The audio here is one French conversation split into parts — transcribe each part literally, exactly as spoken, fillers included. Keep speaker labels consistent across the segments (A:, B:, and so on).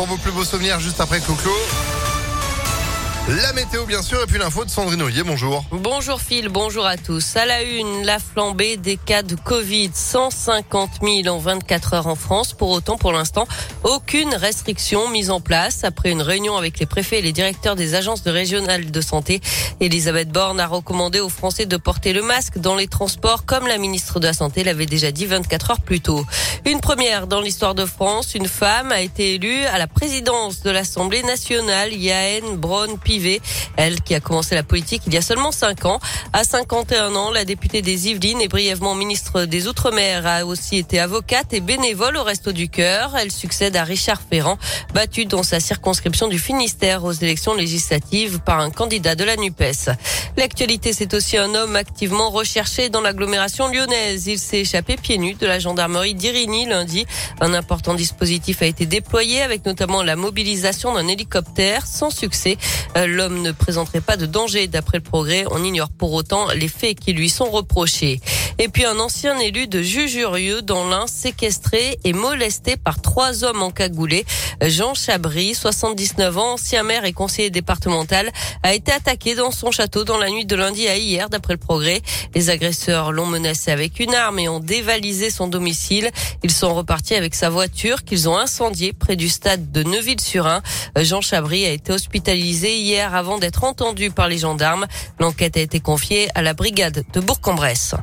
A: pour vos plus beaux souvenirs juste après Clo-Clo. La météo bien sûr et puis l'info de Sandrine Ollier, bonjour.
B: Bonjour Phil, bonjour à tous. À la une, la flambée des cas de Covid, cent cinquante mille en vingt-quatre heures en France. Pour autant, pour l'instant, aucune restriction mise en place. Après une réunion avec les préfets et les directeurs des agences de régionales de santé, Elisabeth Borne a recommandé aux Français de porter le masque dans les transports comme la ministre de la Santé l'avait déjà dit vingt-quatre heures plus tôt. Une première dans l'histoire de France, une femme a été élue à la présidence de l'Assemblée nationale, Yaël Braun-Pivet. Elle qui a commencé la politique il y a seulement cinq ans. À cinquante et un ans, la députée des Yvelines et brièvement ministre des Outre-mer a aussi été avocate et bénévole au Resto du Cœur. Elle succède à Richard Ferrand, battu dans sa circonscription du Finistère aux élections législatives par un candidat de la NUPES. L'actualité, c'est aussi un homme activement recherché dans l'agglomération lyonnaise. Il s'est échappé pieds nus de la gendarmerie d'Irigny lundi. Un important dispositif a été déployé avec notamment la mobilisation d'un hélicoptère sans succès. L'homme ne présenterait pas de danger d'après le Progrès. On ignore pour autant les faits qui lui sont reprochés. Et puis un ancien élu de Jujurieux dans l'Ain séquestré et molesté par trois hommes encagoulés. Jean Chabry, soixante-dix-neuf ans, ancien maire et conseiller départemental, a été attaqué dans son château dans la nuit de lundi à hier d'après le Progrès. Les agresseurs l'ont menacé avec une arme et ont dévalisé son domicile. Ils sont repartis avec sa voiture qu'ils ont incendiée près du stade de Neuville-sur-Ain. Jean Chabry a été hospitalisé hier avant d'être entendu par les gendarmes. L'enquête a été confiée à la brigade de Bourg-en-Bresse.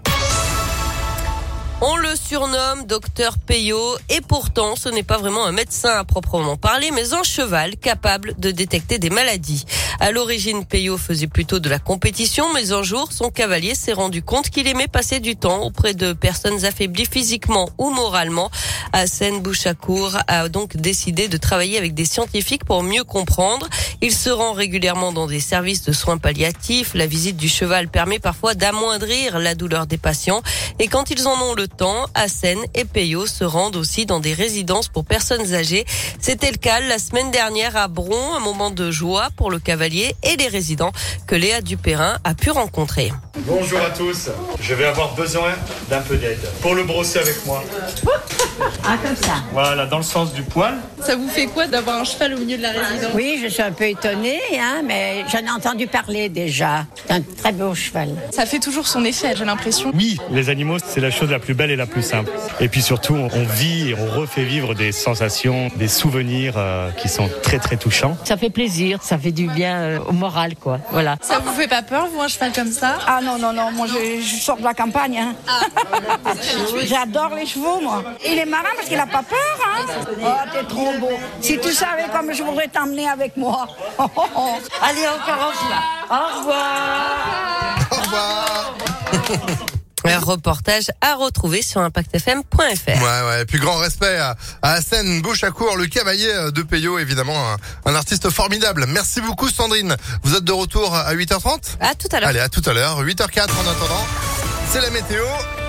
B: On le surnomme Docteur Peyo et pourtant ce n'est pas vraiment un médecin à proprement parler mais un cheval capable de détecter des maladies. À l'origine, Peyo faisait plutôt de la compétition mais un jour son cavalier s'est rendu compte qu'il aimait passer du temps auprès de personnes affaiblies physiquement ou moralement. Hassen Bouchakour a donc décidé de travailler avec des scientifiques pour mieux comprendre. Il se rend régulièrement dans des services de soins palliatifs. La visite du cheval permet parfois d'amoindrir la douleur des patients et quand ils en ont le temps, Hassen et Peyo se rendent aussi dans des résidences pour personnes âgées. C'était le cas la semaine dernière à Bron, un moment de joie pour le cavalier et les résidents que Léa Dupérin a pu rencontrer.
C: Bonjour à tous, je vais avoir besoin d'un peu d'aide pour le brosser avec moi.
D: Ah, comme ça.
C: Voilà, dans le sens du poil.
E: Ça vous fait quoi d'avoir un cheval au milieu de la résidence?
D: Oui, je suis un peu étonnée, hein, mais j'en ai entendu parler déjà. C'est un très beau cheval.
E: Ça fait toujours son effet, j'ai l'impression.
C: Oui, les animaux, c'est la chose la plus belle et la plus simple. Et puis surtout, on vit et on refait vivre des sensations, des souvenirs euh, qui sont très très touchants.
F: Ça fait plaisir, ça fait du bien euh, au moral, quoi. Voilà.
E: Ça vous fait pas peur, vous, un cheval comme ça?
G: Ah non, non, non, moi je, je sors de la campagne. Hein. Ah. J'adore les chevaux, moi. Il est marrant parce qu'il a pas peur, hein. Oh, t'es trop beau. Si tu savais comme je voudrais t'emmener avec moi. Oh, oh, oh.
F: Allez, encore un fois. Au revoir.
A: Au revoir.
B: Un reportage à retrouver sur impact f m point f r.
A: Ouais, ouais. Et puis grand respect à, à Hassen Bouchakour, le cavalier de Peyo, évidemment, un, un artiste formidable. Merci beaucoup, Sandrine. Vous êtes de retour à huit heures trente?
B: À tout à l'heure.
A: Allez, à tout à l'heure. huit heures zéro quatre en attendant. C'est la météo.